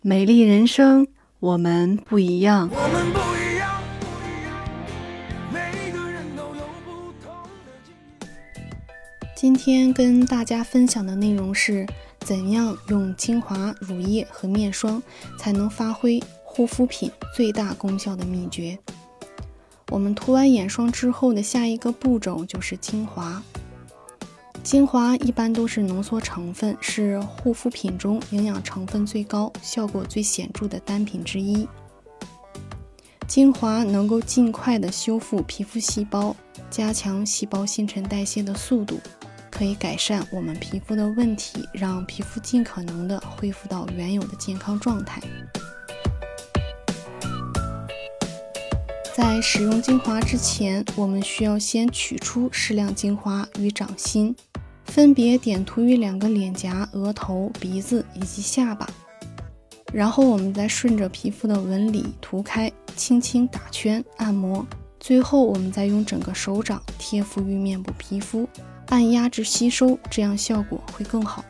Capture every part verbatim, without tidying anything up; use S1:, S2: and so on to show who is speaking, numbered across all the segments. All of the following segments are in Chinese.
S1: 美丽人生，我们不一样。
S2: 我们不一样，不一样，每个人都有不同的境遇。
S3: 今天跟大家分享的内容是怎样用精华、乳液和面霜才能发挥护肤品最大功效的秘诀。我们涂完眼霜之后的下一个步骤就是精华。精华一般都是浓缩成分，是护肤品中营养成分最高、效果最显著的单品之一。精华能够尽快的修复皮肤细胞，加强细胞新陈代谢的速度，可以改善我们皮肤的问题，让皮肤尽可能的恢复到原有的健康状态。在使用精华之前，我们需要先取出适量精华与掌心，分别点涂于两个脸颊、额头、鼻子以及下巴，然后我们再顺着皮肤的纹理涂开，轻轻打圈按摩，最后我们再用整个手掌贴敷于面部皮肤，按压至吸收，这样效果会更好。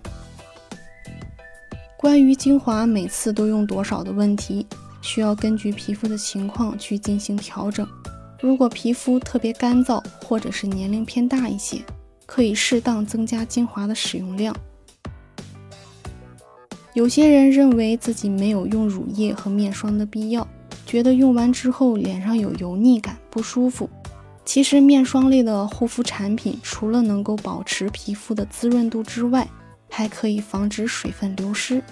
S3: 关于精华每次都用多少的问题，需要根据皮肤的情况去进行调整。如果皮肤特别干燥，或者是年龄偏大一些，可以适当增加精华的使用量。有些人认为自己没有用乳液和面霜的必要，觉得用完之后脸上有油腻感，不舒服。其实面霜类的护肤产品除了能够保持皮肤的滋润度之外，还可以防止水分流失。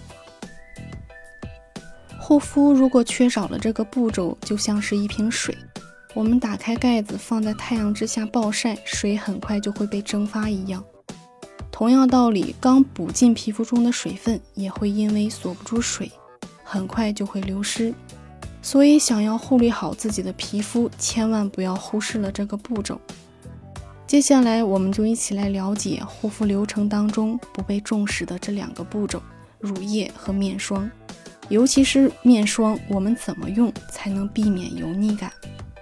S3: 护肤如果缺少了这个步骤，就像是一瓶水，我们打开盖子放在太阳之下暴晒，水很快就会被蒸发一样。同样道理，刚补进皮肤中的水分也会因为锁不住水，很快就会流失。所以想要护理好自己的皮肤，千万不要忽视了这个步骤。接下来我们就一起来了解护肤流程当中不被重视的这两个步骤，乳液和面霜。尤其是面霜，我们怎么用才能避免油腻感？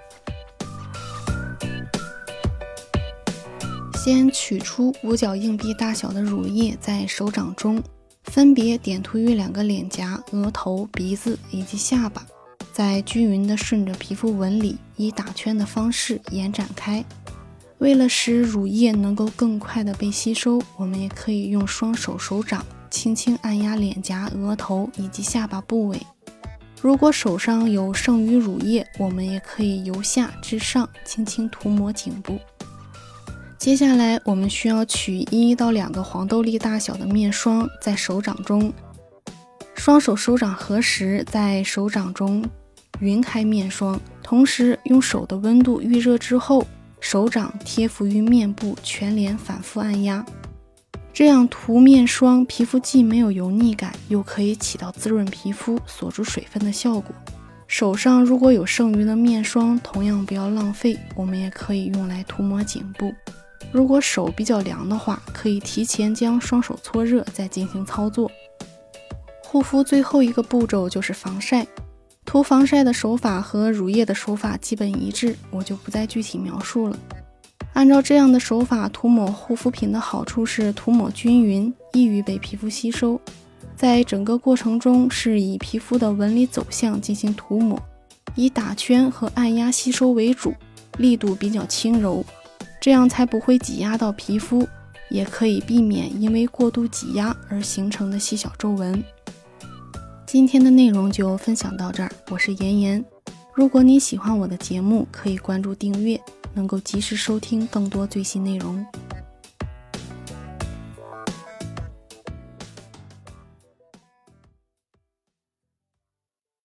S3: 先取出五角硬币大小的乳液，在手掌中分别点涂于两个脸颊、额头、鼻子以及下巴，再均匀地顺着皮肤纹理以打圈的方式延展开。为了使乳液能够更快地被吸收，我们也可以用双手手掌轻轻按压脸颊、额头以及下巴部位。如果手上有剩余乳液，我们也可以由下至上轻轻涂抹颈部。接下来我们需要取一到两个黄豆粒大小的面霜，在手掌中，双手手掌合十，在手掌中匀开面霜，同时用手的温度预热之后，手掌贴敷于面部，全脸反复按压。这样涂面霜，皮肤既没有油腻感，又可以起到滋润皮肤、锁住水分的效果。手上如果有剩余的面霜，同样不要浪费，我们也可以用来涂抹颈部。如果手比较凉的话，可以提前将双手搓热再进行操作。护肤最后一个步骤就是防晒。涂防晒的手法和乳液的手法基本一致，我就不再具体描述了。按照这样的手法涂抹护肤品的好处是涂抹均匀，易于被皮肤吸收。在整个过程中是以皮肤的纹理走向进行涂抹，以打圈和按压吸收为主，力度比较轻柔，这样才不会挤压到皮肤，也可以避免因为过度挤压而形成的细小皱纹。今天的内容就分享到这儿，我是妍妍。如果你喜欢我的节目，可以关注订阅，能够及时收听更多最新内容。